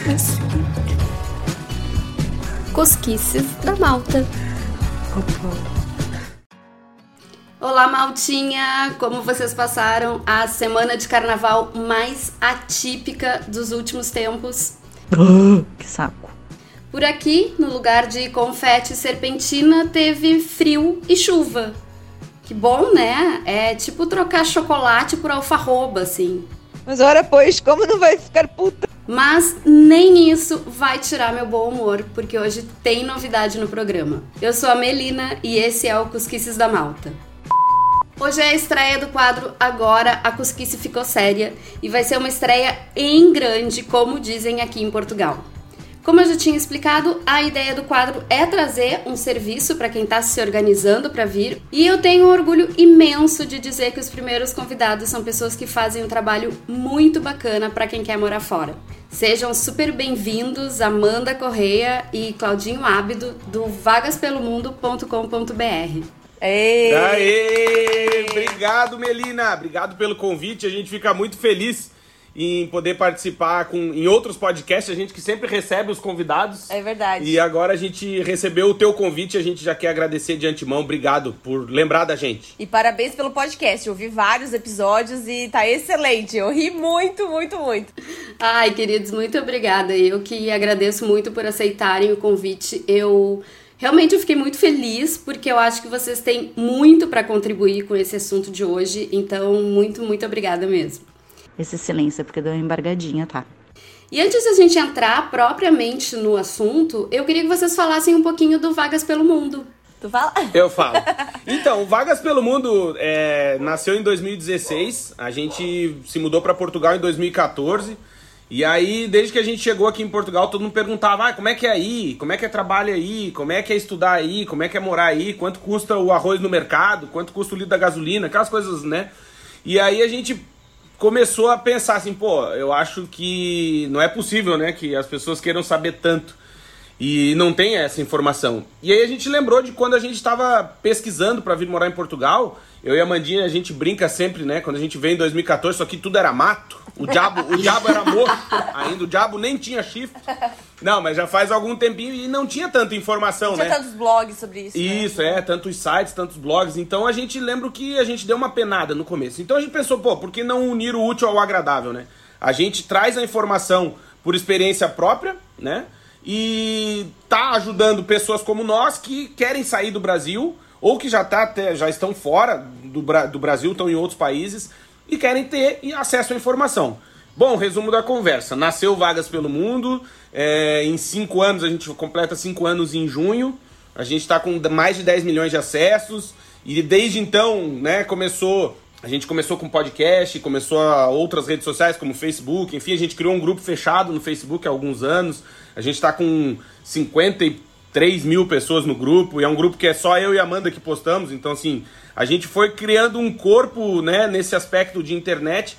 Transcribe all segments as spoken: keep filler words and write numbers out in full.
Cosquices da Malta. Olá, Maltinha! Como vocês passaram a semana de carnaval mais atípica dos últimos tempos? Que saco! Por aqui, no lugar de confete e serpentina, teve frio e chuva. Que bom, né? É tipo trocar chocolate por alfarroba, assim. Mas ora, pois, como não vai ficar puta? Mas nem isso vai tirar meu bom humor, porque hoje tem novidade no programa. Eu sou a Melina e esse é o Cosquices da Malta. Hoje é a estreia do quadro Agora a Cosquice Ficou Séria e vai ser uma estreia em grande, como dizem aqui em Portugal. Como eu já tinha explicado, a ideia do quadro é trazer um serviço para quem está se organizando para vir, e eu tenho um orgulho imenso de dizer que os primeiros convidados são pessoas que fazem um trabalho muito bacana para quem quer morar fora. Sejam super bem-vindos Amanda Correia e Claudinho Ábido do vagas pelo mundo ponto com ponto b r. Ei. Aê! Obrigado, Melina! Obrigado pelo convite, a gente fica muito feliz em poder participar com, em outros podcasts, a gente que sempre recebe os convidados. É verdade. E agora a gente recebeu o teu convite, a gente já quer agradecer de antemão. Obrigado por lembrar da gente. E parabéns pelo podcast, eu ouvi vários episódios e tá excelente, eu ri muito, muito, muito. Ai, queridos, muito obrigada. Eu que agradeço muito por aceitarem o convite. Eu realmente eu fiquei muito feliz, porque eu acho que vocês têm muito para contribuir com esse assunto de hoje. Então, muito, muito obrigada mesmo. Esse silêncio é porque deu uma embargadinha, tá? E antes da gente entrar propriamente no assunto, eu queria que vocês falassem um pouquinho do Vagas pelo Mundo. Tu fala? Eu falo. Então, o Vagas pelo Mundo é, nasceu em dois mil e dezesseis, a gente se mudou para Portugal em dois mil e quatorze, e aí, desde que a gente chegou aqui em Portugal, todo mundo perguntava, ah, como é que é aí? Como é que é trabalho aí? Como é que é estudar aí? Como é que é morar aí? Quanto custa o arroz no mercado? Quanto custa o litro da gasolina? Aquelas coisas, né? E aí a gente começou a pensar assim, pô, eu acho que não é possível, né, que as pessoas queiram saber tanto e não tem essa informação. E aí a gente lembrou de quando a gente estava pesquisando para vir morar em Portugal. Eu e a Mandinha, a gente brinca sempre, né, quando a gente veio em dois mil e quatorze, só que tudo era mato, o diabo, o diabo era morto ainda, o diabo nem tinha chifre. Não, mas já faz algum tempinho e não tinha tanta informação, não né? Tinha tantos blogs sobre isso. Isso, né? é, tantos sites, tantos blogs. Então a gente lembra que a gente deu uma penada no começo. Então a gente pensou, pô, por que não unir o útil ao agradável, né? A gente traz a informação por experiência própria, né? E tá ajudando pessoas como nós que querem sair do Brasil ou que já, tá, já estão fora do, do Brasil, estão em outros países e querem ter acesso à informação. Bom, resumo da conversa. Nasceu Vagas pelo Mundo, é, em cinco anos, a gente completa cinco anos em junho, a gente está com mais de dez milhões de acessos, e desde então, né, começou, a gente começou com podcast, começou a outras redes sociais como Facebook, enfim, a gente criou um grupo fechado no Facebook há alguns anos, a gente está com cinquenta e três mil pessoas no grupo, e é um grupo que é só eu e a Amanda que postamos, então assim, a gente foi criando um corpo, né, nesse aspecto de internet,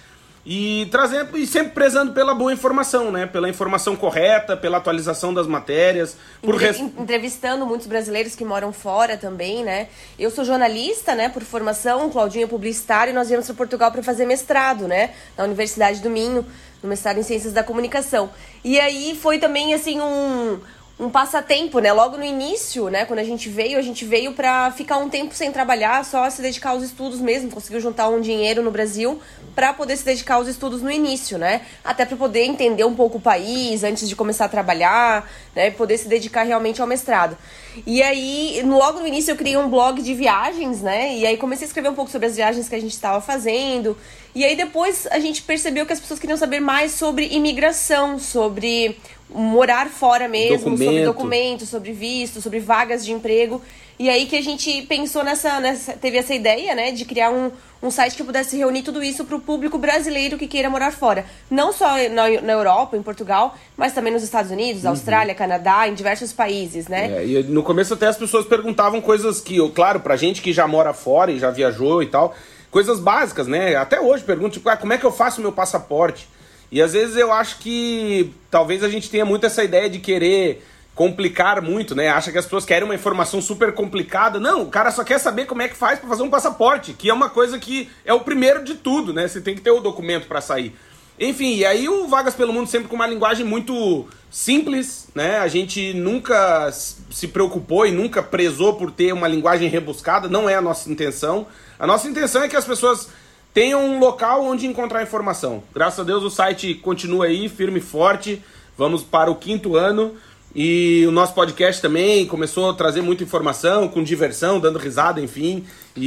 e trazendo e sempre prezando pela boa informação, né? Pela informação correta, pela atualização das matérias. Por Entre, res... Entrevistando muitos brasileiros que moram fora também, né? Eu sou jornalista, né? Por formação, Claudinho é publicitário, e nós viemos para Portugal para fazer mestrado, né? Na Universidade do Minho, no mestrado em Ciências da Comunicação. E aí foi também, assim, um... um passatempo, né? Logo no início, né? Quando a gente veio, a gente veio pra ficar um tempo sem trabalhar, só se dedicar aos estudos mesmo. Conseguiu juntar um dinheiro no Brasil pra poder se dedicar aos estudos no início, né? Até pra poder entender um pouco o país antes de começar a trabalhar, né? Poder se dedicar realmente ao mestrado. E aí, logo no início eu criei um blog de viagens, né? E aí comecei a escrever um pouco sobre as viagens que a gente estava fazendo. E aí depois a gente percebeu que as pessoas queriam saber mais sobre imigração, sobre morar fora mesmo, Documento. sobre documentos, sobre visto, sobre vagas de emprego. E aí que a gente pensou nessa, nessa teve essa ideia, né, de criar um, um site que pudesse reunir tudo isso para o público brasileiro que queira morar fora. Não só na, na Europa, em Portugal, mas também nos Estados Unidos, uhum. Austrália, Canadá, em diversos países, né? É, e no começo até as pessoas perguntavam coisas que, claro, pra gente que já mora fora e já viajou e tal, coisas básicas, né? Até hoje perguntam, tipo, ah, como é que eu faço meu passaporte? E às vezes eu acho que talvez a gente tenha muito essa ideia de querer complicar muito, né? Acha que as pessoas querem uma informação super complicada. Não, o cara só quer saber como é que faz para fazer um passaporte, que é uma coisa que é o primeiro de tudo, né? Você tem que ter o documento para sair. Enfim, e aí o Vagas pelo Mundo sempre com uma linguagem muito simples, né? A gente nunca se preocupou e nunca prezou por ter uma linguagem rebuscada, não é a nossa intenção. A nossa intenção é que as pessoas tenham um local onde encontrar informação. Graças a Deus o site continua aí, firme e forte, vamos para o quinto ano. E o nosso podcast também começou a trazer muita informação, com diversão, dando risada, enfim.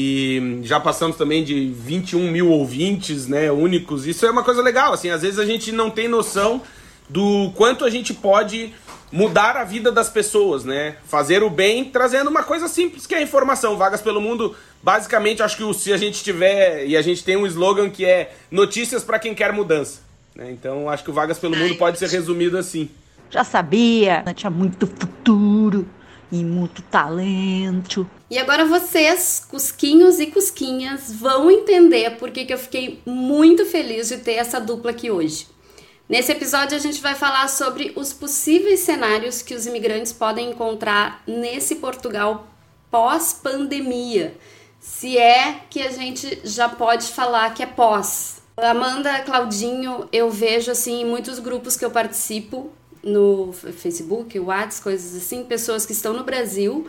E já passamos também de vinte e um mil ouvintes, né, únicos. Isso é uma coisa legal, assim, às vezes a gente não tem noção do quanto a gente pode mudar a vida das pessoas, né? Fazer o bem trazendo uma coisa simples, que é a informação. Vagas pelo Mundo, basicamente, acho que se a gente tiver... E a gente tem um slogan que é notícias para quem quer mudança, né? Então, acho que o Vagas pelo Mundo pode ser resumido assim. Já sabia, tinha muito futuro e muito talento. E agora vocês, cusquinhos e cusquinhas, vão entender por que que eu fiquei muito feliz de ter essa dupla aqui hoje. Nesse episódio a gente vai falar sobre os possíveis cenários que os imigrantes podem encontrar nesse Portugal pós-pandemia. Se é que a gente já pode falar que é pós. Amanda, Claudinho, eu vejo assim em muitos grupos que eu participo, no Facebook, WhatsApp, coisas assim, pessoas que estão no Brasil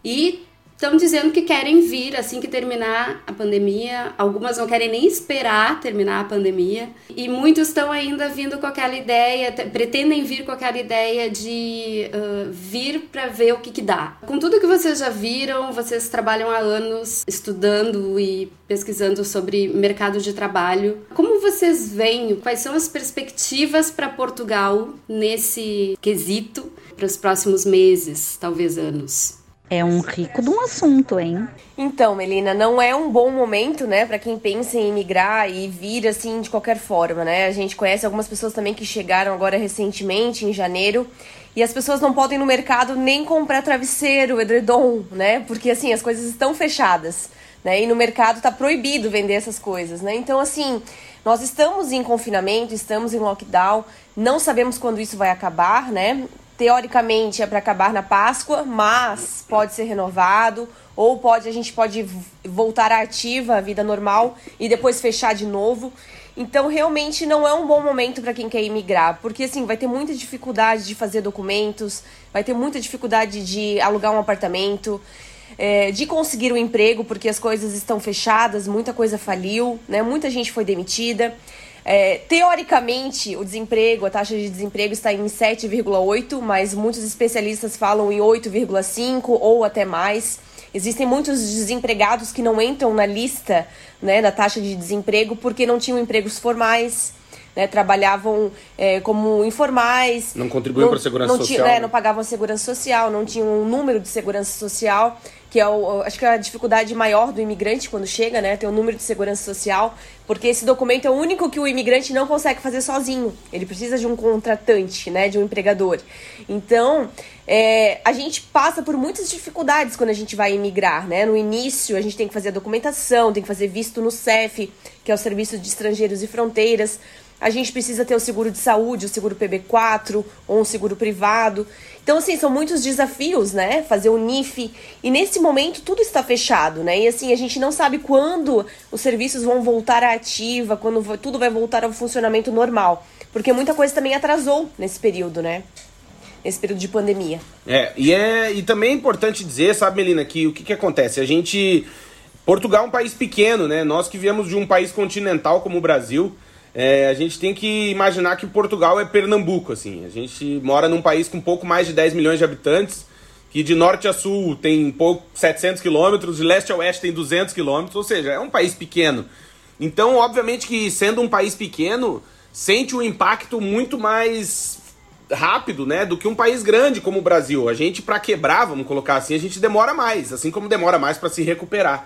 e estão dizendo que querem vir assim que terminar a pandemia. Algumas não querem nem esperar terminar a pandemia. E muitos estão ainda vindo com aquela ideia, t- pretendem vir com aquela ideia de uh, vir para ver o que que dá. Com tudo que vocês já viram, vocês trabalham há anos estudando e pesquisando sobre mercado de trabalho. Como vocês veem, quais são as perspectivas para Portugal nesse quesito para os próximos meses, talvez anos? É um rico de um assunto, hein? Então, Melina, não é um bom momento, né, para quem pensa em emigrar e vir, assim, de qualquer forma, né? A gente conhece algumas pessoas também que chegaram agora recentemente, em janeiro, e as pessoas não podem ir no mercado nem comprar travesseiro, edredom, né? Porque, assim, as coisas estão fechadas, né? E no mercado tá proibido vender essas coisas, né? Então, assim, nós estamos em confinamento, estamos em lockdown, não sabemos quando isso vai acabar, né? Teoricamente é para acabar na Páscoa, mas pode ser renovado, ou pode a gente pode voltar à ativa, à vida normal, e depois fechar de novo. Então, realmente não é um bom momento para quem quer imigrar, porque assim, vai ter muita dificuldade de fazer documentos, vai ter muita dificuldade de alugar um apartamento, é, de conseguir um emprego, porque as coisas estão fechadas, muita coisa faliu, né? Muita gente foi demitida. É, teoricamente, o desemprego, a taxa de desemprego está em sete vírgula oito, mas muitos especialistas falam em oito vírgula cinco ou até mais. Existem muitos desempregados que não entram na lista, né, da taxa de desemprego porque não tinham empregos formais, né, trabalhavam é, como informais. Não contribuíam para a segurança não social. Né, né? Não pagavam segurança social, não tinham um número de segurança social, que é o, acho que é a dificuldade maior do imigrante quando chega, né, ter um número de segurança social, porque esse documento é o único que o imigrante não consegue fazer sozinho. Ele precisa de um contratante, né, de um empregador. Então, é, a gente passa por muitas dificuldades quando a gente vai imigrar, né? No início, a gente tem que fazer a documentação, tem que fazer visto no C E F, que é o Serviço de Estrangeiros e Fronteiras. A gente precisa ter o seguro de saúde, o seguro P B quatro ou um seguro privado. Então, assim, são muitos desafios, né? Fazer o N I F. E nesse momento, tudo está fechado, né? E, assim, a gente não sabe quando os serviços vão voltar à ativa, quando tudo vai voltar ao funcionamento normal. Porque muita coisa também atrasou nesse período, né? Nesse período de pandemia. É, e, é, e também é importante dizer, sabe, Melina, que o que, que acontece? A gente... Portugal é um país pequeno, né? Nós que viemos de um país continental como o Brasil... É, a gente tem que imaginar que Portugal é Pernambuco, assim. A gente mora num país com pouco mais de dez milhões de habitantes, que de norte a sul tem pouco, setecentos quilômetros, de leste a oeste tem duzentos quilômetros, ou seja, é um país pequeno. Então, obviamente que sendo um país pequeno, sente um impacto muito mais rápido, né, do que um país grande como o Brasil. A gente, para quebrar, vamos colocar assim, a gente demora mais, assim como demora mais para se recuperar.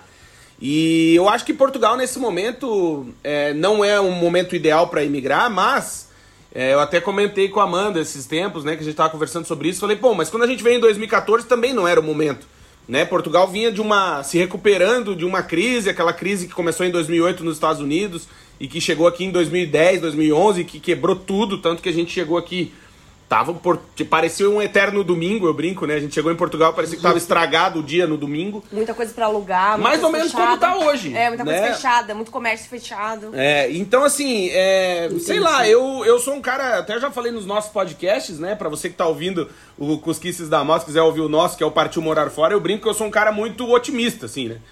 E eu acho que Portugal, nesse momento, é, não é um momento ideal para emigrar, mas é, eu até comentei com a Amanda esses tempos, né, que a gente estava conversando sobre isso, falei, pô, mas quando a gente veio em dois mil e catorze também não era o momento, né? Portugal vinha de uma, se recuperando de uma crise, aquela crise que começou em dois mil e oito nos Estados Unidos e que chegou aqui em dois mil e dez, dois mil e onze, que quebrou tudo, tanto que a gente chegou aqui Tava por, parecia um eterno domingo, eu brinco, né? A gente chegou em Portugal, parecia que tava estragado o dia no domingo. Muita coisa pra alugar, mais ou menos fechada. Como tá hoje. É, muita né? coisa fechada, muito comércio fechado. É, então assim, é, sei lá, eu, eu sou um cara, até já falei nos nossos podcasts, né? Pra você que tá ouvindo o Cusquices da Malta, se quiser ouvir o nosso, que é o Partiu Morar Fora, eu brinco que eu sou um cara muito otimista, assim, né?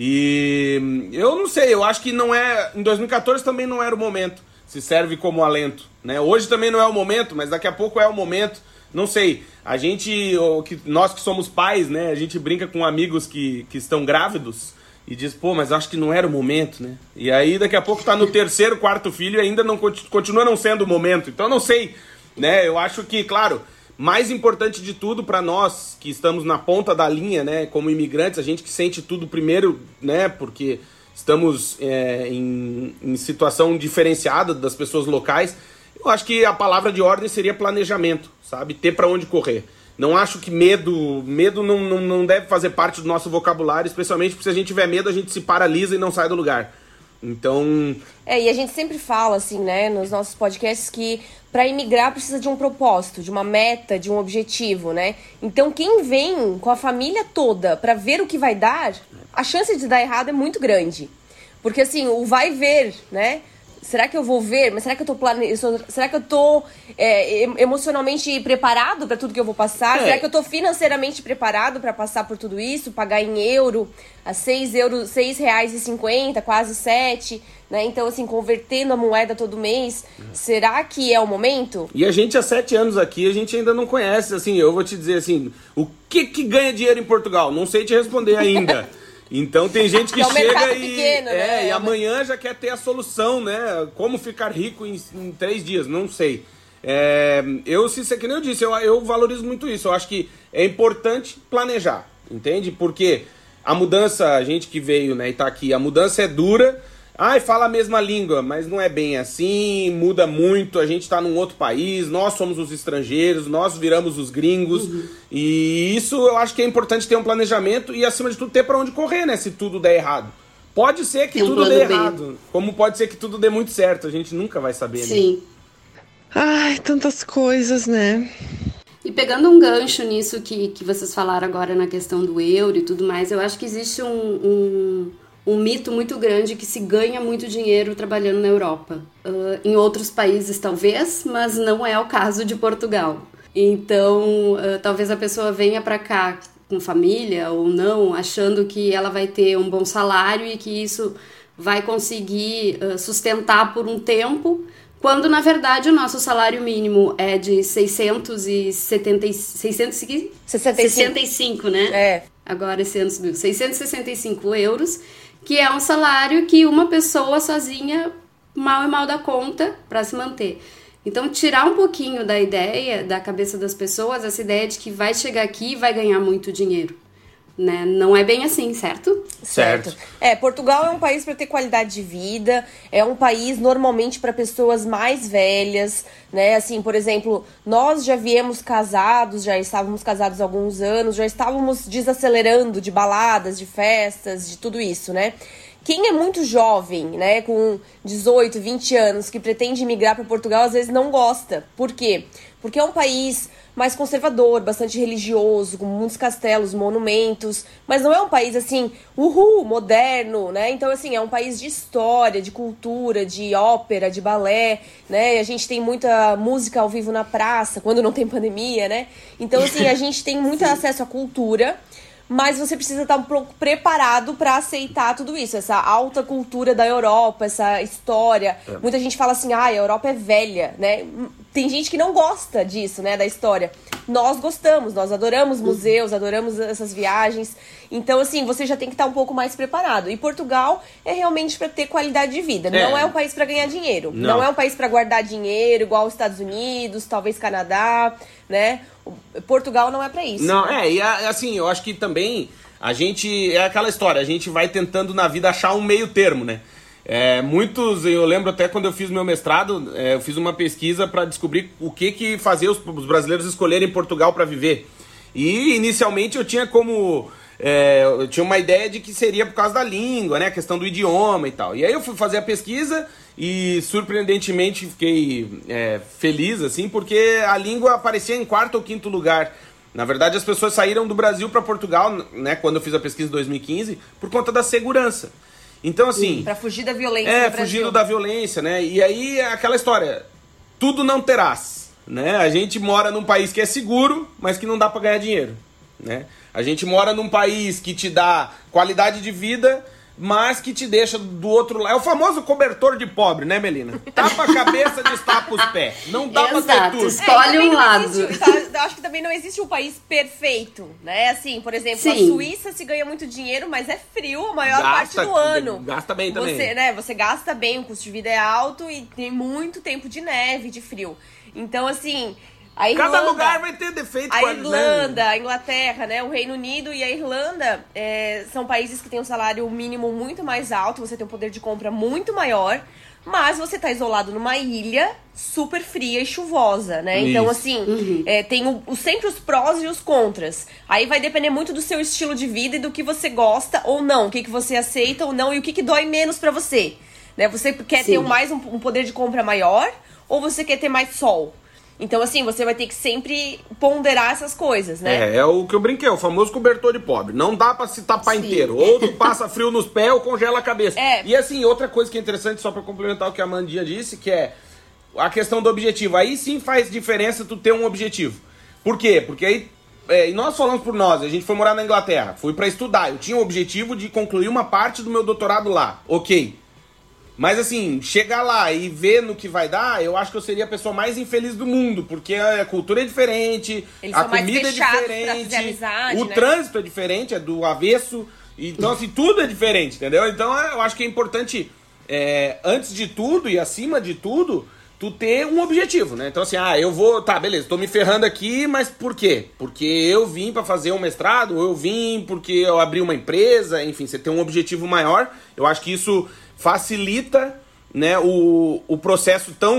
E eu não sei, eu acho que não é, em dois mil e catorze também não era o momento, se serve como alento, né? Hoje também não é o momento, mas daqui a pouco é o momento. Não sei, a gente, nós que somos pais, né, a gente brinca com amigos que, que estão grávidos e diz, pô, mas acho que não era o momento, né? E aí daqui a pouco tá no terceiro, quarto filho e ainda não continua não sendo o momento. Então não sei, né, eu acho que, claro, mais importante de tudo para nós que estamos na ponta da linha, né, como imigrantes, a gente que sente tudo primeiro, né, porque estamos é, em, em situação diferenciada das pessoas locais. Eu acho que a palavra de ordem seria planejamento, sabe? Ter pra onde correr. Não acho que medo... Medo não, não, não deve fazer parte do nosso vocabulário, especialmente porque se a gente tiver medo, a gente se paralisa e não sai do lugar. Então... É, e a gente sempre fala, assim, né, nos nossos podcasts, que pra imigrar precisa de um propósito, de uma meta, de um objetivo, né? Então, quem vem com a família toda pra ver o que vai dar, a chance de dar errado é muito grande. Porque, assim, o vai ver, né? Será que eu vou ver? Mas será que eu tô plane... Será que eu tô é, emocionalmente preparado para tudo que eu vou passar? É. Será que eu tô financeiramente preparado para passar por tudo isso? Pagar em euro, a seis euros, seis reais e cinquenta, quase sete, né? Então, assim, convertendo a moeda todo mês, é. Será que é o momento? E a gente há sete anos aqui, a gente ainda não conhece, assim, eu vou te dizer assim, o que que ganha dinheiro em Portugal? Não sei te responder ainda. Então tem gente que, que é chega e, pequeno, é, né? e amanhã já quer ter a solução, né? Como ficar rico em, em três dias, não sei. É, eu, se que nem eu disse, eu, eu valorizo muito isso. Eu acho que é importante planejar, entende? Porque a mudança, a gente que veio, né, e tá aqui, a mudança é dura. Ai, fala a mesma língua, mas não é bem assim, muda muito, a gente tá num outro país, nós somos os estrangeiros, nós viramos os gringos, uhum. E isso eu acho que é importante ter um planejamento e, acima de tudo, ter pra onde correr, né, se tudo der errado. Pode ser que um tudo dê bem. errado, como pode ser que tudo dê muito certo, a gente nunca vai saber, né? Sim. Ai, tantas coisas, né? E pegando um gancho nisso que, que vocês falaram agora na questão do euro e tudo mais, eu acho que existe um... um... um mito muito grande que se ganha muito dinheiro trabalhando na Europa. Uh, em outros países, talvez, mas não é o caso de Portugal. Então, uh, talvez a pessoa venha para cá com família ou não, achando que ela vai ter um bom salário e que isso vai conseguir uh, sustentar por um tempo, quando, na verdade, o nosso salário mínimo é de seiscentos e setenta, seiscentos e sessenta e cinco, né? É. Agora esse ano subiu. seiscentos e sessenta e cinco euros, que é um salário que uma pessoa sozinha mal e mal dá conta para se manter. Então, tirar um pouquinho da ideia, da cabeça das pessoas, essa ideia de que vai chegar aqui e vai ganhar muito dinheiro. Né? Não é bem assim, certo? Certo. certo. É, Portugal é um país para ter qualidade de vida, é um país normalmente para pessoas mais velhas, né? Assim, por exemplo, nós já viemos casados, já estávamos casados há alguns anos, já estávamos desacelerando de baladas, de festas, de tudo isso, né? Quem é muito jovem, né, com dezoito, vinte anos, que pretende migrar para Portugal, às vezes não gosta. Por quê? Porque é um país mais conservador, bastante religioso, com muitos castelos, monumentos, mas não é um país, assim, uhul, moderno, né? Então, assim, é um país de história, de cultura, de ópera, de balé, né? A gente tem muita música ao vivo na praça, quando não tem pandemia, né? Então, assim, a gente tem muito acesso à cultura, mas você precisa estar um pouco preparado para aceitar tudo isso, essa alta cultura da Europa, essa história. É. Muita gente fala assim, ah, a Europa é velha, né? Tem gente que não gosta disso, né, da história. Nós gostamos, nós adoramos museus, adoramos essas viagens. Então, assim, você já tem que estar um pouco mais preparado. E Portugal é realmente para ter qualidade de vida. É. Não é um país para ganhar dinheiro. Não. Não é um país para guardar dinheiro, igual os Estados Unidos, talvez Canadá, né? Portugal não é para isso. Não, é, e assim, eu acho que também a gente, é aquela história, a gente vai tentando na vida achar um meio termo, né? É, muitos, eu lembro até quando eu fiz meu mestrado, é, eu fiz uma pesquisa para descobrir o que que fazia os, os brasileiros escolherem Portugal para viver. E inicialmente eu tinha como... É, eu tinha uma ideia de que seria por causa da língua, né? A questão do idioma e tal. E aí eu fui fazer a pesquisa e surpreendentemente fiquei é, feliz, assim, porque a língua aparecia em quarto ou quinto lugar. Na verdade, as pessoas saíram do Brasil para Portugal, né, quando eu fiz a pesquisa em dois mil e quinze, por conta da segurança. Então, assim... Para fugir da violência É, no Brasil. fugindo da violência, né? E aí, aquela história, tudo não terás, né? A gente mora num país que é seguro, mas que não dá para ganhar dinheiro, né? A gente mora num país que te dá qualidade de vida, mas que te deixa do outro lado. É o famoso cobertor de pobre, né, Melina? Tapa a cabeça, destapa os pés. Não dá pra ter Exato, tudo. escolhe É, um não lado. existe, tá, eu acho que também não existe um país perfeito, né? Assim, por exemplo, Sim. a Suíça se ganha muito dinheiro, mas é frio a maior Gasta- parte do ano. gasta bem também. Você, né, você gasta bem, o custo de vida é alto e tem muito tempo de neve, de frio. Então, assim, a Irlanda... Cada lugar vai ter defeito. A quase, Irlanda, né? a Inglaterra, né, o Reino Unido e a Irlanda é, são países que têm um salário mínimo muito mais alto, você tem um poder de compra muito maior, mas você tá isolado numa ilha super fria e chuvosa, né? Isso. Então, assim, é, tem o, o- sempre os prós e os contras. Aí vai depender muito do seu estilo de vida e do que você gosta ou não, o que, que você aceita ou não e o que, que dói menos pra você. Né? Você quer Sim. ter um, mais um, um poder de compra maior ou você quer ter mais sol? Então, assim, você vai ter que sempre ponderar essas coisas, né? É, é o que eu brinquei, o famoso cobertor de pobre. Não dá pra se tapar Sim. inteiro. Ou tu passa frio nos pés ou congela a cabeça. É. E assim, outra coisa que é interessante, só pra complementar o que a Amandinha disse, que é a questão do objetivo. Aí sim faz diferença tu ter um objetivo. Por quê? Porque aí, é, e nós falamos por nós, a gente foi morar na Inglaterra, fui pra estudar. Eu tinha o objetivo de concluir uma parte do meu doutorado lá. Ok. Mas assim, chegar lá e ver no que vai dar, eu acho que eu seria a pessoa mais infeliz do mundo, porque a cultura é diferente, Eles a são mais comida é fechados pra diferente, fazer amizade, o né? trânsito é diferente, é do avesso, então assim, tudo é diferente, entendeu? Então eu acho que é importante, é, antes de tudo e acima de tudo, tu ter um objetivo, né? Então assim, ah, eu vou, tá, beleza, tô me ferrando aqui, mas por quê? Porque eu vim pra fazer um mestrado, ou eu vim porque eu abri uma empresa, enfim, você tem um objetivo maior, eu acho que isso facilita, né, o, o processo tão,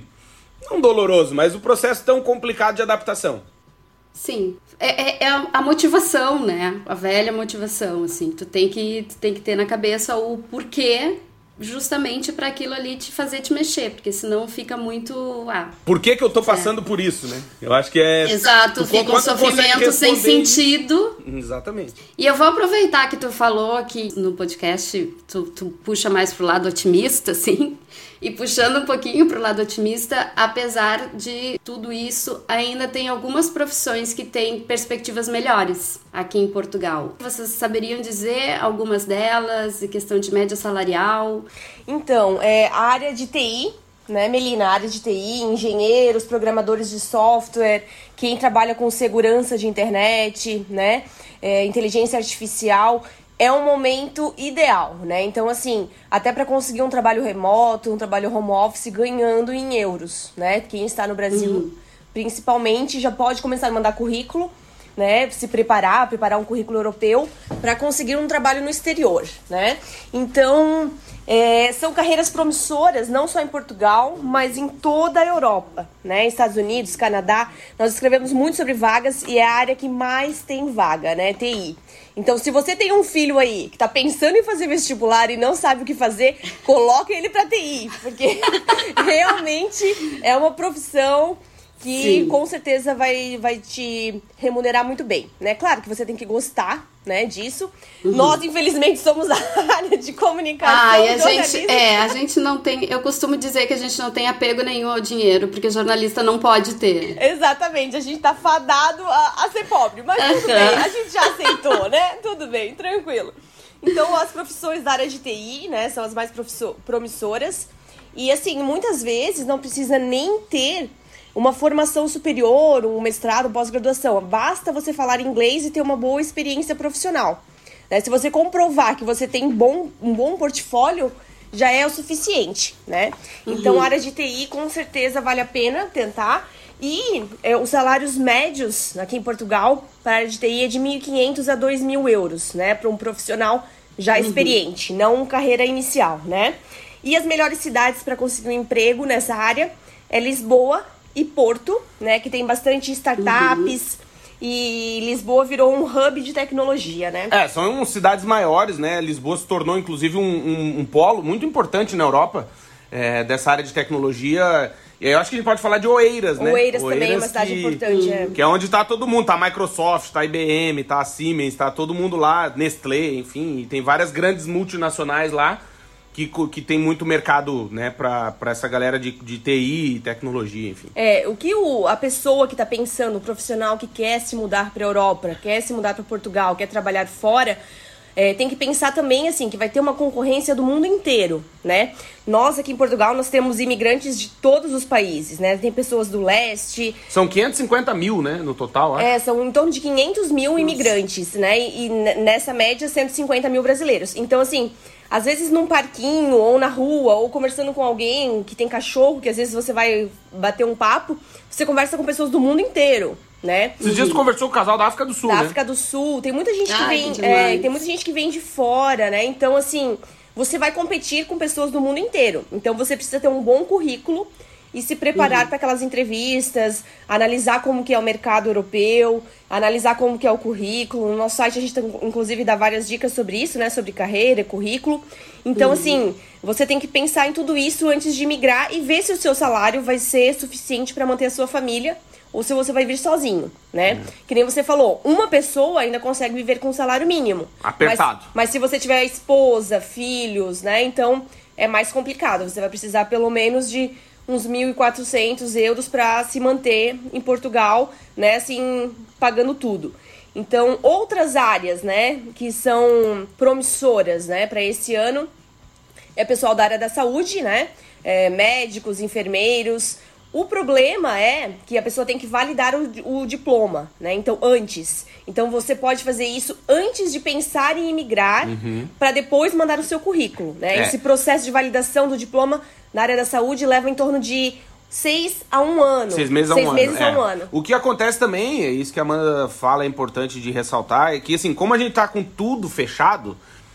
não doloroso, mas o processo tão complicado de adaptação. Sim, é, é, é a motivação, né? A velha motivação, assim. Tu tem que, tu tem que ter na cabeça o porquê, justamente para aquilo ali te fazer te mexer, porque senão fica muito... Ah, Por que que eu tô passando por isso, né? Eu acho que é... exato, tu- fica um quando tu consegue sofrimento sem responder- sentido. Exatamente. E eu vou aproveitar que tu falou que no podcast tu, tu puxa mais pro lado otimista, assim, e puxando um pouquinho pro lado otimista, apesar de tudo isso, ainda tem algumas profissões que têm perspectivas melhores aqui em Portugal. Vocês saberiam dizer algumas delas, em questão de média salarial? Então, é, a área de T I, né, Melina? A área de T I, engenheiros, programadores de software, quem trabalha com segurança de internet, né, é, inteligência artificial, é um momento ideal, né? Então, assim, até para conseguir um trabalho remoto, um trabalho home office ganhando em euros, né? Quem está no Brasil, Uhum. principalmente, já pode começar a mandar currículo, né, se preparar, preparar um currículo europeu para conseguir um trabalho no exterior, né? Então, é, são carreiras promissoras, não só em Portugal, mas em toda a Europa, né? Estados Unidos, Canadá. Nós escrevemos muito sobre vagas e é a área que mais tem vaga, né? T I. Então, se você tem um filho aí que tá pensando em fazer vestibular e não sabe o que fazer, coloque ele para T I, porque realmente é uma profissão que Sim. com certeza vai, vai te remunerar muito bem, né? Claro que você tem que gostar, né, disso. Uhum. Nós, infelizmente, somos da área de comunicação. Ah, e a jornalismo. gente, é, a gente não tem, eu costumo dizer que a gente não tem apego nenhum ao dinheiro, porque jornalista não pode ter. Exatamente, a gente tá fadado a, a ser pobre, mas tudo Aham. bem, a gente já aceitou, né? Tudo bem, tranquilo. Então, as profissões da área de T I, né, são as mais profisso- promissoras. E, assim, muitas vezes não precisa nem ter uma formação superior, um mestrado, pós-graduação. Basta você falar inglês e ter uma boa experiência profissional. Né? Se você comprovar que você tem bom, um bom portfólio, já é o suficiente, né? Uhum. Então, a área de T I, com certeza, vale a pena tentar. E é, os salários médios aqui em Portugal para a área de T I é de mil e quinhentos a dois mil euros, né? Para um profissional já experiente, não carreira inicial, né? E as melhores cidades para conseguir um emprego nessa área é Lisboa e Porto, né? Que tem bastante startups. E Lisboa virou um hub de tecnologia, né? É, são cidades maiores, né? Lisboa se tornou, inclusive, um, um, um polo muito importante na Europa. é, dessa área de tecnologia. E aí eu acho que a gente pode falar de Oeiras, né? Oeiras, Oeiras também é uma cidade que, importante. É. Que é onde tá todo mundo. Tá a Microsoft, tá a I B M, tá a Siemens, tá todo mundo lá, Nestlé, enfim. Tem várias grandes multinacionais lá que, que tem muito mercado, né, pra, pra essa galera de, de T I, tecnologia, enfim. É, o que o, a pessoa que tá pensando, o profissional que quer se mudar pra Europa, quer se mudar pra Portugal, quer trabalhar fora... É, tem que pensar também, assim, que vai ter uma concorrência do mundo inteiro, né? Nós, aqui em Portugal, nós temos imigrantes de todos os países, né? Tem pessoas do leste... São quinhentos e cinquenta mil, né, no total, acho. É, são em torno de quinhentos mil imigrantes, né? E, e nessa média, cento e cinquenta mil brasileiros. Então, assim, às vezes num parquinho, ou na rua, ou conversando com alguém que tem cachorro, que às vezes você vai bater um papo, você conversa com pessoas do mundo inteiro, né? Esses dias tu conversou com o casal da África do Sul, da né? África do Sul. Tem muita gente que Ai, vem, que é, demais. tem muita gente que vem de fora, né? Então, assim, você vai competir com pessoas do mundo inteiro. Então, você precisa ter um bom currículo e se preparar Uhum. para aquelas entrevistas, analisar como que é o mercado europeu, analisar como que é o currículo. No nosso site a gente, inclusive, dá várias dicas sobre isso, né? Sobre carreira, currículo. Então, Uhum. assim, você tem que pensar em tudo isso antes de migrar e ver se o seu salário vai ser suficiente para manter a sua família ou se você vai vir sozinho, né? Uhum. Que nem você falou, uma pessoa ainda consegue viver com um salário mínimo. Apertado. Mas, mas se você tiver esposa, filhos, né? Então é mais complicado. Você vai precisar pelo menos de uns mil e quatrocentos euros para se manter em Portugal, né? Assim, pagando tudo. Então, outras áreas, né? Que são promissoras, né? Para esse ano é pessoal da área da saúde, né? É, médicos, enfermeiros. O problema é que a pessoa tem que validar o, o diploma, né? Então, antes. Então, você pode fazer isso antes de pensar em imigrar, Uhum. para depois mandar o seu currículo, né? É. Esse processo de validação do diploma na área da saúde leva em torno de seis a um ano. Seis meses a um seis ano. meses é. a um ano. O que acontece também, é isso que a Amanda fala, é importante de ressaltar, é que assim, como a gente tá com tudo fechado,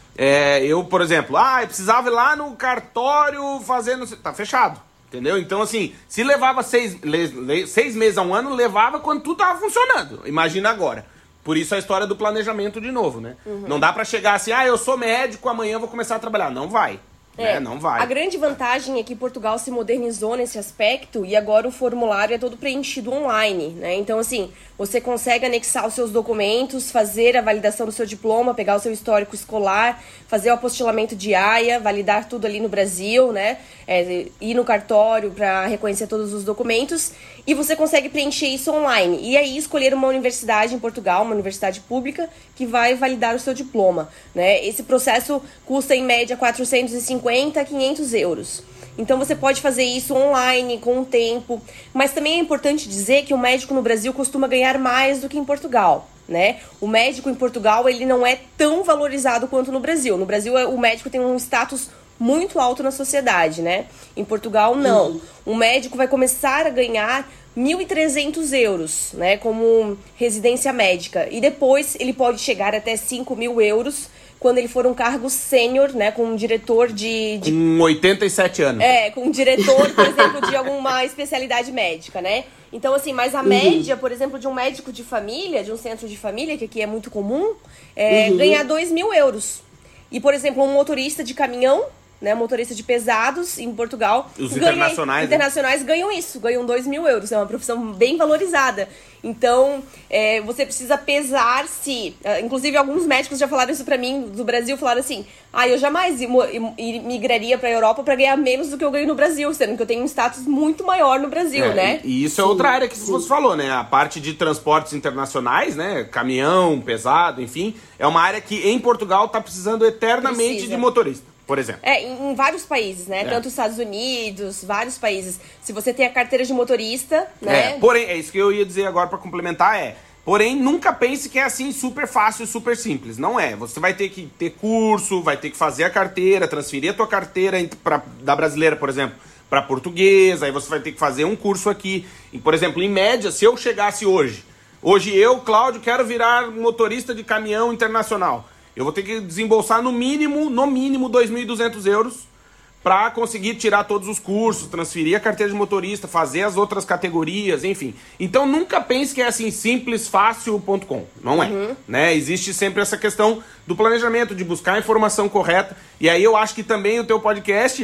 é, eu, por exemplo, ah, eu precisava ir lá no cartório fazendo... Tá fechado. Entendeu? Então, assim, se levava seis, le, le, seis meses a um ano, levava quando tudo tava funcionando. Imagina agora. Por isso a história do planejamento de novo, né? Uhum. Não dá pra chegar assim, ah, eu sou médico, amanhã eu vou começar a trabalhar. Não vai. É, né? Não vai. A grande vantagem é que Portugal se modernizou nesse aspecto e agora o formulário é todo preenchido online, né? Então, assim, você consegue anexar os seus documentos, fazer a validação do seu diploma, pegar o seu histórico escolar, fazer o apostilamento de AIA, validar tudo ali no Brasil, né? É, ir no cartório para reconhecer todos os documentos e você consegue preencher isso online. E aí escolher uma universidade em Portugal, uma universidade pública, que vai validar o seu diploma, né? Esse processo custa em média quatrocentos e cinquenta a quinhentos euros. Então você pode fazer isso online, com o tempo. Mas também é importante dizer que o médico no Brasil costuma ganhar mais do que em Portugal, né? O médico em Portugal, ele não é tão valorizado quanto no Brasil. No Brasil, o médico tem um status muito alto na sociedade, né? Em Portugal, não. Uhum. O médico vai começar a ganhar mil e trezentos euros, né? Como residência médica. E depois ele pode chegar até cinco mil euros quando ele for um cargo sênior, né? Com um diretor de... de... Com oitenta e sete anos. É, com um diretor, por exemplo, de alguma especialidade médica, né? Então, assim, mas a uhum. média, por exemplo, de um médico de família, de um centro de família, que aqui é muito comum, é uhum. ganhar dois mil euros. E, por exemplo, um motorista de caminhão, né, motorista de pesados em Portugal. Os ganha, internacionais. Internacionais né? ganham isso, ganham dois mil euros. É uma profissão bem valorizada. Então, é, você precisa pesar se... Inclusive, alguns médicos já falaram isso pra mim, do Brasil, falaram assim, ah, eu jamais migraria pra Europa pra ganhar menos do que eu ganho no Brasil, sendo que eu tenho um status muito maior no Brasil, é, né? E, e isso é outra área que você falou, né? A parte de transportes internacionais, né? Caminhão, pesado, enfim. É uma área que em Portugal tá precisando eternamente Precisa. de motorista. Por exemplo. É, em, em vários países, né? É. Tanto os Estados Unidos, vários países. Se você tem a carteira de motorista, né? É, porém, é isso que eu ia dizer agora pra complementar, é... Porém, nunca pense que é assim super fácil, super simples. Não é. Você vai ter que ter curso, vai ter que fazer a carteira, transferir a tua carteira pra, da brasileira, por exemplo, pra portuguesa. Aí você vai ter que fazer um curso aqui. E, por exemplo, em média, se eu chegasse hoje... Hoje eu, Cláudio, quero virar motorista de caminhão internacional. Eu vou ter que desembolsar no mínimo, no mínimo, dois mil e duzentos euros para conseguir tirar todos os cursos, transferir a carteira de motorista, fazer as outras categorias, enfim. Então nunca pense que é assim, simples, fácil ponto com. Não é. Uhum. Né? Existe sempre essa questão do planejamento, de buscar a informação correta. E aí eu acho que também o teu podcast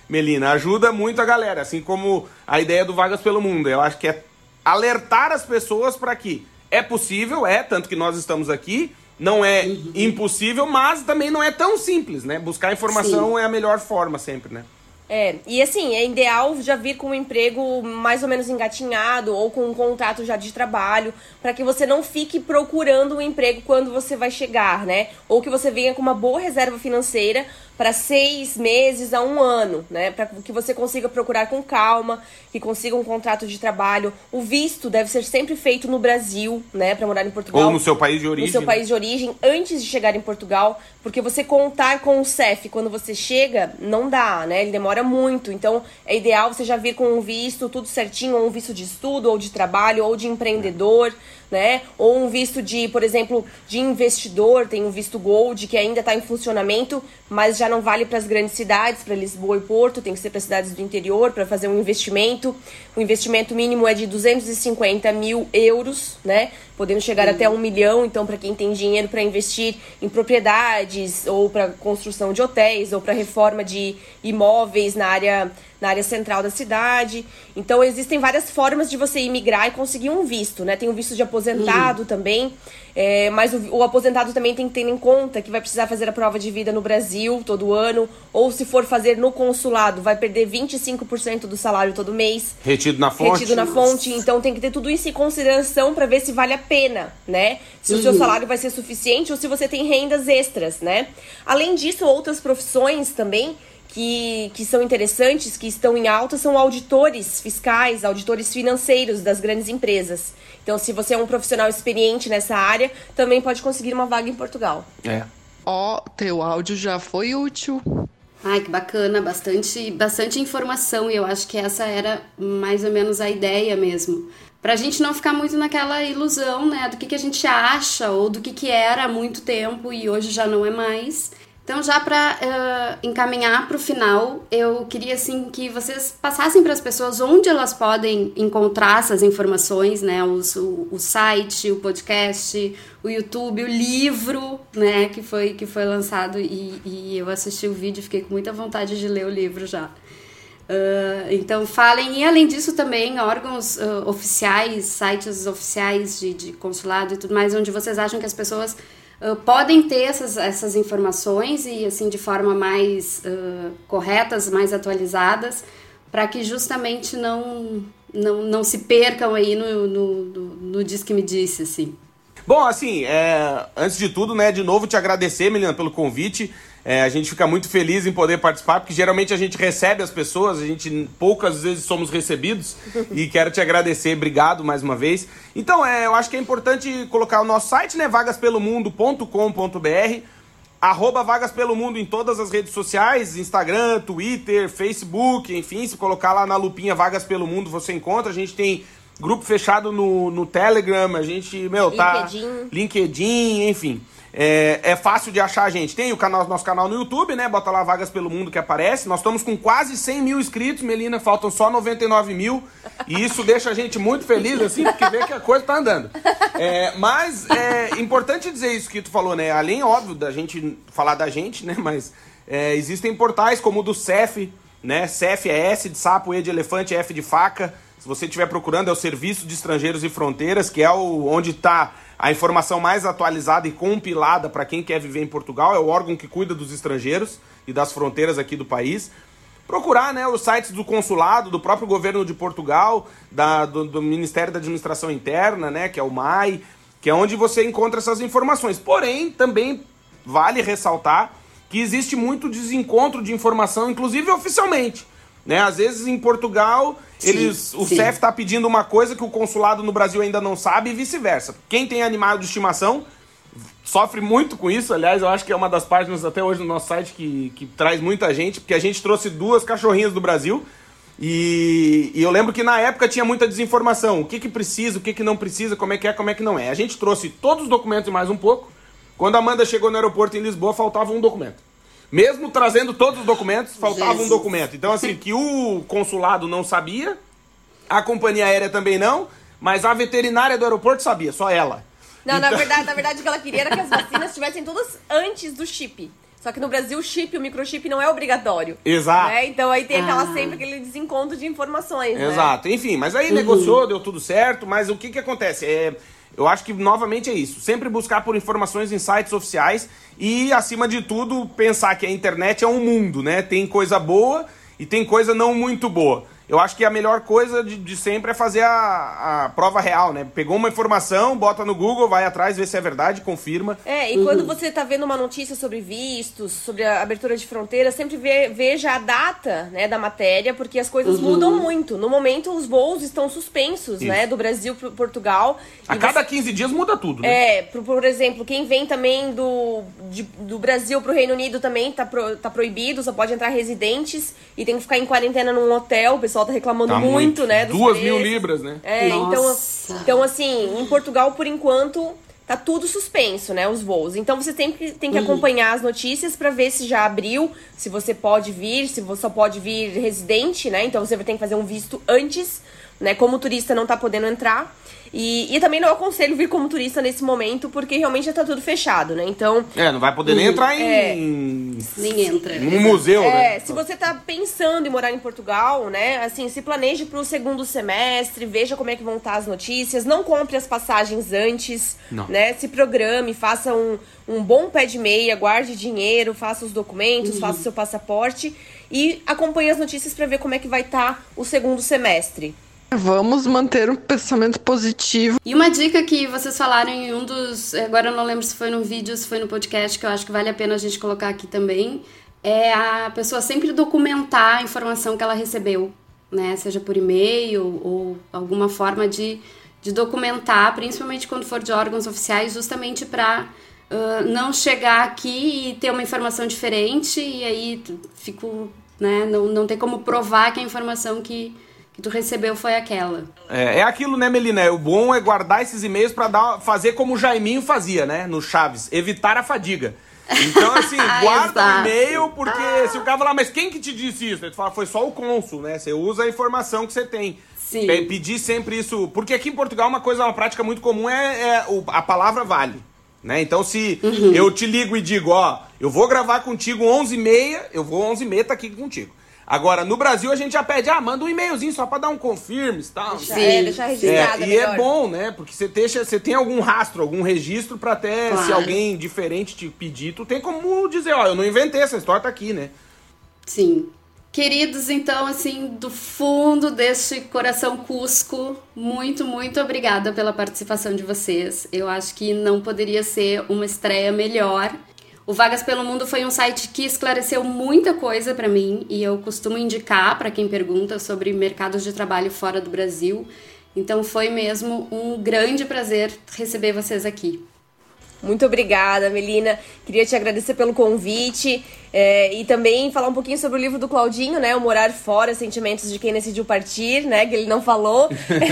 Melina, ajuda muito a galera, assim como a ideia do Vagas pelo Mundo. Eu acho que é alertar as pessoas para que é possível, é, tanto que nós estamos aqui, não é uhum. impossível, mas também não é tão simples, né? Buscar informação Sim. é a melhor forma sempre, né? É, e assim, é ideal já vir com um emprego mais ou menos engatinhado ou com um contrato já de trabalho, para que você não fique procurando um emprego quando você vai chegar, né? Ou que você venha com uma boa reserva financeira para seis meses a um ano, né? Para que você consiga procurar com calma, que consiga um contrato de trabalho. O visto deve ser sempre feito no Brasil, né? Para morar em Portugal. Ou no seu país de origem. No seu país de origem, antes de chegar em Portugal, porque você contar com o C E F quando você chega, não dá, né? Ele demora muito. Então, é ideal você já vir com um visto, tudo certinho, ou um visto de estudo, ou de trabalho, ou de empreendedor, né? Ou um visto de, por exemplo, de investidor, tem um visto Gold que ainda está em funcionamento, mas já não vale para as grandes cidades, para Lisboa e Porto, tem que ser para cidades do interior para fazer um investimento. O investimento mínimo é de duzentos e cinquenta mil euros, né? Podendo chegar uhum. até um milhão, então para quem tem dinheiro para investir em propriedades, ou para construção de hotéis, ou para reforma de imóveis na área, na área central da cidade. Então existem várias formas de você imigrar e conseguir um visto, né? Tem o visto de aposentado uhum. também, é, mas o, o aposentado também tem que ter em conta que vai precisar fazer a prova de vida no Brasil todo ano, ou se for fazer no consulado, vai perder vinte e cinco por cento do salário todo mês. Retido na fonte. Retido na fonte, então tem que ter tudo isso em consideração para ver se vale a pena, né? Se uhum. o seu salário vai ser suficiente ou se você tem rendas extras, né? Além disso, outras profissões também que, que são interessantes, que estão em alta, são auditores fiscais, auditores financeiros das grandes empresas. Então, se você é um profissional experiente nessa área, também pode conseguir uma vaga em Portugal. É. Ó, oh, teu áudio já foi útil. Ai, que bacana, bastante, bastante informação, e eu acho que essa era mais ou menos a ideia mesmo. Pra gente não ficar muito naquela ilusão, né, do que, que a gente acha, ou do que, que era há muito tempo e hoje já não é mais. Então, já para uh, encaminhar para o final, eu queria assim que vocês passassem para as pessoas onde elas podem encontrar essas informações, né? Os, o, o site, o podcast, o YouTube, o livro, né? Que foi, que foi lançado e, e eu assisti o vídeo e fiquei com muita vontade de ler o livro já. Uh, então, falem. E além disso também, órgãos uh, oficiais, sites oficiais de, de consulado e tudo mais, onde vocês acham que as pessoas Uh, podem ter essas, essas informações e assim de forma mais uh, corretas, mais atualizadas, para que justamente não, não, não se percam aí no, no, no, no Diz Que Me Disse, assim. Bom, assim, é, antes de tudo, né, de novo te agradecer, Melina, pelo convite. É, a gente fica muito feliz em poder participar, porque geralmente a gente recebe as pessoas, a gente poucas vezes somos recebidos, e quero te agradecer, obrigado mais uma vez. Então, é, eu acho que é importante colocar o nosso site, né, vagas pelo mundo ponto com ponto b r, arroba Vagas Pelo Mundo em todas as redes sociais, Instagram, Twitter, Facebook, enfim, se colocar lá na lupinha Vagas Pelo Mundo você encontra. A gente tem grupo fechado no, no Telegram, a gente, meu, tá... LinkedIn. LinkedIn, enfim... É, é fácil de achar a gente. Tem o canal, nosso canal no YouTube, né? Bota lá Vagas Pelo Mundo que aparece. Nós estamos com quase cem mil inscritos, Melina. Faltam só noventa e nove mil. E isso deixa a gente muito feliz, assim, porque vê que a coisa tá andando. É, mas é importante dizer isso que tu falou, né? Além, óbvio, da gente falar da gente, né? Mas é, existem portais como o do C E F, né? C E F é S de sapo, E de elefante, F de faca. Se você estiver procurando, é o Serviço de Estrangeiros e Fronteiras, que é o, onde está a informação mais atualizada e compilada para quem quer viver em Portugal. É o órgão que cuida dos estrangeiros e das fronteiras aqui do país. Procurar, né, os sites do consulado, do próprio governo de Portugal, da, do, do Ministério da Administração Interna, né, que é o M A I, que é onde você encontra essas informações. Porém, também vale ressaltar que existe muito desencontro de informação, inclusive oficialmente. Né? Às vezes em Portugal, sim, eles, o sim. C E F está pedindo uma coisa que o consulado no Brasil ainda não sabe e vice-versa. Quem tem animal de estimação sofre muito com isso. Aliás, eu acho que é uma das páginas até hoje no nosso site que, que traz muita gente, porque a gente trouxe duas cachorrinhas do Brasil e, e eu lembro que na época tinha muita desinformação. O que, que precisa, o que, que não precisa, como é que é, como é que não é. A gente trouxe todos os documentos e mais um pouco. Quando a Amanda chegou no aeroporto em Lisboa, faltava um documento. Mesmo trazendo todos os documentos, faltava Jesus. um documento. Então, assim, que o consulado não sabia, a companhia aérea também não, mas a veterinária do aeroporto sabia, só ela. Não, então... na verdade, na verdade, o que ela queria era que as vacinas estivessem todas antes do chip. Só que no Brasil o chip, o microchip não é obrigatório. Exato. Né? Então aí tem aquela Ah. sempre aquele desencontro de informações, né? Exato. Enfim, mas aí negociou, deu tudo certo, mas o que que acontece? É, eu acho que, novamente, é isso. Sempre buscar por informações em sites oficiais e, acima de tudo, pensar que a internet é um mundo, né? Tem coisa boa e tem coisa não muito boa. Eu acho que a melhor coisa de, de sempre é fazer a, a prova real, né? Pegou uma informação, bota no Google, vai atrás, vê se é verdade, confirma. É, e quando você tá vendo uma notícia sobre vistos, sobre a abertura de fronteira, sempre vê, veja a data, né, da matéria, porque as coisas mudam muito. No momento, os voos estão suspensos, né, do Brasil para Portugal. A E cada você- quinze dias muda tudo, né? É, por, por exemplo, quem vem também do, de- do Brasil pro Reino Unido também tá, pro, tá proibido, só pode entrar residentes e tem que ficar em quarentena num hotel. O pessoal tá reclamando Tá muito, né? dos Duas mil preços. libras, né? É, então, Nossa. então, assim, em Portugal, por enquanto, tá tudo suspenso, né, os voos. Então, você tem que, tem que acompanhar as notícias pra ver se já abriu, se você pode vir, se você só pode vir residente, né? Então, você vai ter que fazer um visto antes, né? Como turista não tá podendo entrar. E, e também não aconselho vir como turista nesse momento, porque realmente já tá tudo fechado, né? Então, É, não vai poder nem entrar em, É. Nem entra. em um museu, né? É, se você tá pensando em morar em Portugal, né, assim, se planeje pro segundo semestre, veja como é que vão estar as notícias, não compre as passagens antes, Não. né, se programe, faça um, um bom pé de meia, guarde dinheiro, faça os documentos, faça o seu passaporte e acompanhe as notícias para ver como é que vai estar o segundo semestre. Vamos manter um pensamento positivo. E uma dica que vocês falaram em um dos... Agora eu não lembro se foi no vídeo, se foi no podcast, que eu acho que vale a pena a gente colocar aqui também, é a pessoa sempre documentar a informação que ela recebeu, né? Seja por e-mail ou alguma forma de, de documentar, principalmente quando for de órgãos oficiais, justamente para uh, não chegar aqui e ter uma informação diferente e aí fico, né? Não, não tem como provar que a informação que... que tu recebeu foi aquela. É, é aquilo, né, Melina? O bom é guardar esses e-mails pra dar, fazer como o Jaiminho fazia, né? No Chaves, evitar a fadiga. Então, assim, guarda o Exato. e-mail, porque se o cara falar, mas quem que te disse isso? Ele fala, foi só o cônsul, né? Você usa a informação que você tem. Sim. Pe- Pedir sempre isso. Porque aqui em Portugal uma coisa, uma prática muito comum é, é o- a palavra vale. Né? Então, se eu te ligo e digo, ó, eu vou gravar contigo onze e meia, eu vou onze e meia tá aqui contigo. Agora, no Brasil, a gente já pede, ah, manda um e-mailzinho só pra dar um confirme e tal. Deixa, Sim. é, deixar registrado, É, é e é melhor. bom, né? Porque você, deixa, você tem algum rastro, algum registro pra até, Claro. se alguém diferente te pedir, tu tem como dizer, ó, eu não inventei, essa história tá aqui, né? Sim. Queridos, então, assim, do fundo deste coração Cusco, muito, muito obrigada pela participação de vocês. Eu acho que não poderia ser uma estreia melhor. O Vagas pelo Mundo foi um site que esclareceu muita coisa pra mim e eu costumo indicar para quem pergunta sobre mercados de trabalho fora do Brasil. Então foi mesmo um grande prazer receber vocês aqui. Muito obrigada, Melina. Queria te agradecer pelo convite é, e também falar um pouquinho sobre o livro do Claudinho, né? O Morar Fora, Sentimentos de Quem Decidiu Partir, né? Que ele não falou.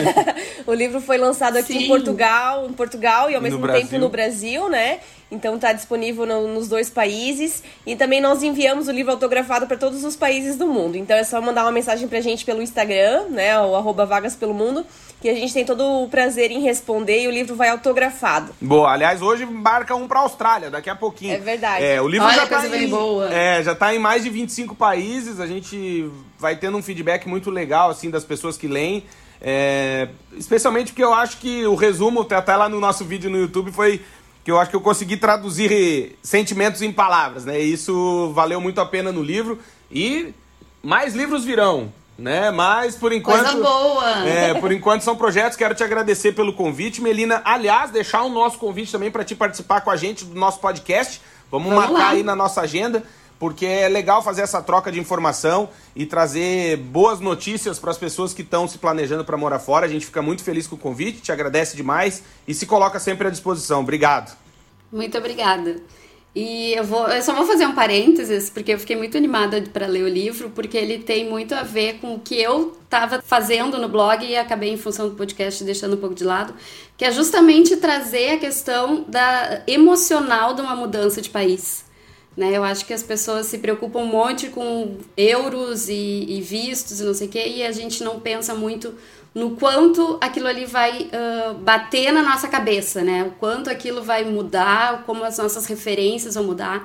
O livro foi lançado aqui Sim. em Portugal, em Portugal e ao E mesmo no tempo Brasil. no Brasil, né? Então tá disponível no- nos dois países. E também nós enviamos o livro autografado para todos os países do mundo. Então é só mandar uma mensagem pra gente pelo Instagram, né? O arroba Vagas pelo Mundo, que a gente tem todo o prazer em responder e o livro vai autografado. Boa, aliás, hoje marca um pra Austrália, daqui a pouquinho. É verdade. É, o livro Olha, já tá coisa bem em, boa. É, já tá em mais de vinte e cinco países, a gente vai tendo um feedback muito legal, assim, das pessoas que leem. É, especialmente porque eu acho que o resumo, tá até lá no nosso vídeo no YouTube, foi que eu acho que eu consegui traduzir sentimentos em palavras, né? E isso valeu muito a pena no livro. E mais livros virão, né? Mas por enquanto... Coisa boa! É, por enquanto são projetos. Quero te agradecer pelo convite, Melina. Aliás, deixar o nosso convite também para te participar com a gente do nosso podcast. Vamos, Vamos marcar lá. aí na nossa agenda, porque é legal fazer essa troca de informação e trazer boas notícias para as pessoas que estão se planejando para morar fora. A gente fica muito feliz com o convite, te agradece demais e se coloca sempre à disposição. Obrigado. Muito obrigada. E eu, vou, eu só vou fazer um parênteses, porque eu fiquei muito animada para ler o livro, porque ele tem muito a ver com o que eu estava fazendo no blog e acabei, em função do podcast, deixando um pouco de lado, que é justamente trazer a questão da emocional de uma mudança de país. Né? Eu acho que as pessoas se preocupam um monte com euros e, e vistos e não sei o quê, e a gente não pensa muito no quanto aquilo ali vai uh, bater na nossa cabeça, né? O quanto aquilo vai mudar, como as nossas referências vão mudar.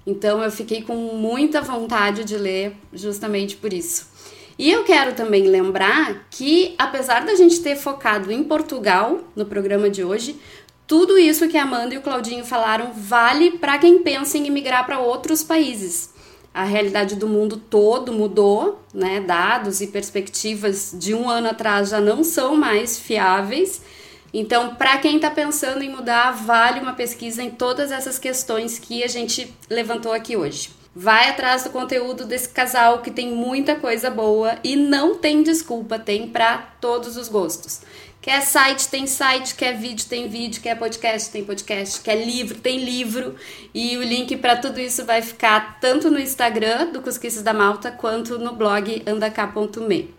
Então eu fiquei com muita vontade de ler justamente por isso. E eu quero também lembrar que, apesar da gente ter focado em Portugal no programa de hoje, tudo isso que a Amanda e o Claudinho falaram vale para quem pensa em emigrar para outros países. A realidade do mundo todo mudou, né? Dados e perspectivas de um ano atrás já não são mais fiáveis. Então, para quem está pensando em mudar, vale uma pesquisa em todas essas questões que a gente levantou aqui hoje. Vai atrás do conteúdo desse casal que tem muita coisa boa e não tem desculpa, tem para todos os gostos. Quer site, tem site, quer vídeo, tem vídeo, quer podcast, tem podcast, quer livro, tem livro. E o link para tudo isso vai ficar tanto no Instagram do Cosquices da Malta quanto no blog andacá ponto me.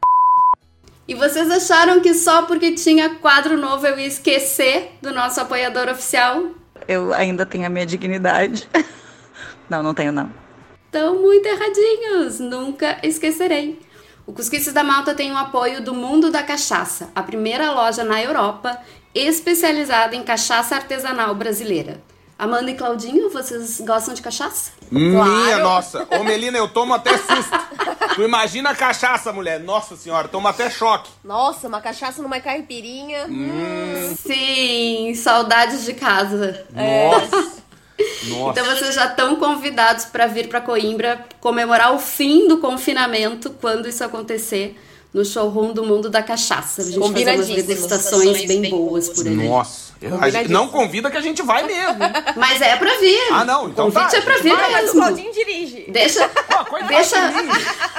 E vocês acharam que só porque tinha quadro novo eu ia esquecer do nosso apoiador oficial? Eu ainda tenho a minha dignidade. Não, não tenho não. Estão muito erradinhos, nunca esquecerei. O Cosquices da Malta tem o apoio do Mundo da Cachaça, a primeira loja na Europa especializada em cachaça artesanal brasileira. Amanda e Claudinho, vocês gostam de cachaça? Minha Claro. nossa. Ô, Melina, eu tomo até susto. Tu imagina a cachaça, mulher. Nossa senhora, tomo até choque. Nossa, uma cachaça numa caipirinha. Hum. Sim, saudades de casa. Nossa. Nossa. Então vocês já estão convidados para vir para Coimbra comemorar o fim do confinamento quando isso acontecer no showroom do Mundo da Cachaça. A gente fazer umas Combinadíssimo. degustações bem boas por ali. Nossa. A gente não convida que a gente vai mesmo. hein? Mas é pra vir. Ah, não, então Convite tá. é pra vir Vai, mas o mesmo. Claudinho dirige. Deixa, Pô, coitado deixa. de mim.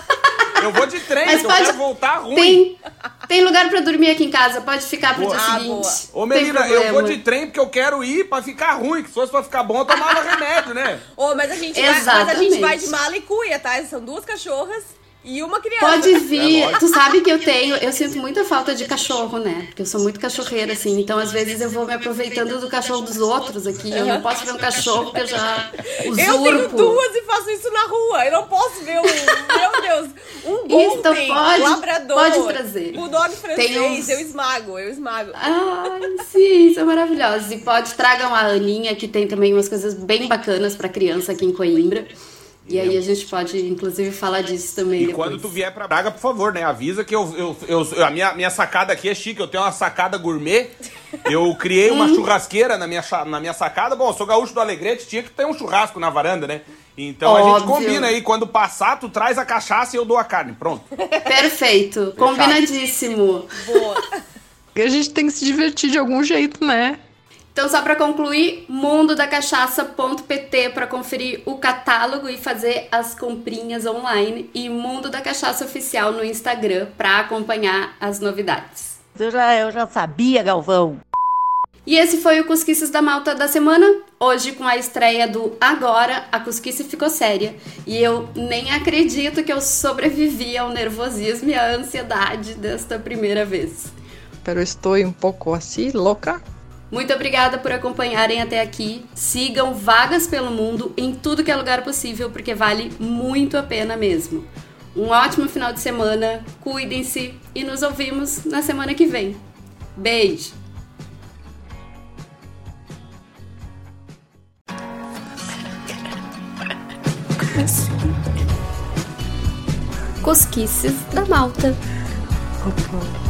Eu vou de trem, Mas que pode- eu quero voltar ruim. Tem, tem lugar pra dormir aqui em casa. Pode ficar pro Boa. dia Ah, seguinte. boa. Ô, Tem Melina, eu vou problema. de trem porque eu quero ir pra ficar ruim. Que se fosse pra ficar bom, eu tomava remédio, né? Ô, mas a gente vai, mas a gente Exatamente. vai de mala e cuia, tá? São duas cachorras e uma criança. Pode É vir. lógico. Tu sabe que eu tenho, eu sinto muita falta de cachorro, né? Porque eu sou muito cachorreira, assim. Então, às vezes, eu vou me aproveitando do cachorro dos outros aqui. Eu não posso ver um cachorro que eu já Eu tenho usurpo. duas e faço isso na rua. Eu não posso ver um, meu Deus, um golden, Então pode- labrador, pode trazer. bulldog francês, Tem uns- eu esmago, eu esmago. Ai, sim, são maravilhosos. E pode, tragam a Aninha, que tem também umas coisas bem bacanas pra criança aqui em Coimbra. E aí a gente pode, inclusive, falar disso também E depois. quando tu vier pra Braga, por favor, né? Avisa que eu, eu, eu- a minha, minha sacada aqui é chique. Eu tenho uma sacada gourmet. Eu criei uma churrasqueira na minha, cha- na minha sacada. Bom, eu sou gaúcho do Alegrete, tinha que ter um churrasco na varanda, né? Então a gente Óbvio. combina aí. Quando passar, tu traz a cachaça e eu dou a carne. Pronto. Perfeito, combinadíssimo. Boa. E a gente tem que se divertir de algum jeito, né? Então, só para concluir, mundo da cachaça ponto pt para conferir o catálogo e fazer as comprinhas online, e Mundo da Cachaça Oficial no Instagram para acompanhar as novidades. Eu já, eu já sabia, Galvão. E esse foi o Cosquices da Malta da semana. Hoje, com a estreia do Agora, a cosquice ficou séria. E eu nem acredito que eu sobrevivi ao nervosismo e à ansiedade desta primeira vez. Pero estou um pouco assim, louca. Muito obrigada por acompanharem até aqui. Sigam Vagas pelo Mundo em tudo que é lugar possível, porque vale muito a pena mesmo. Um ótimo final de semana, cuidem-se e nos ouvimos na semana que vem. Beijo! Cosquices da Malta.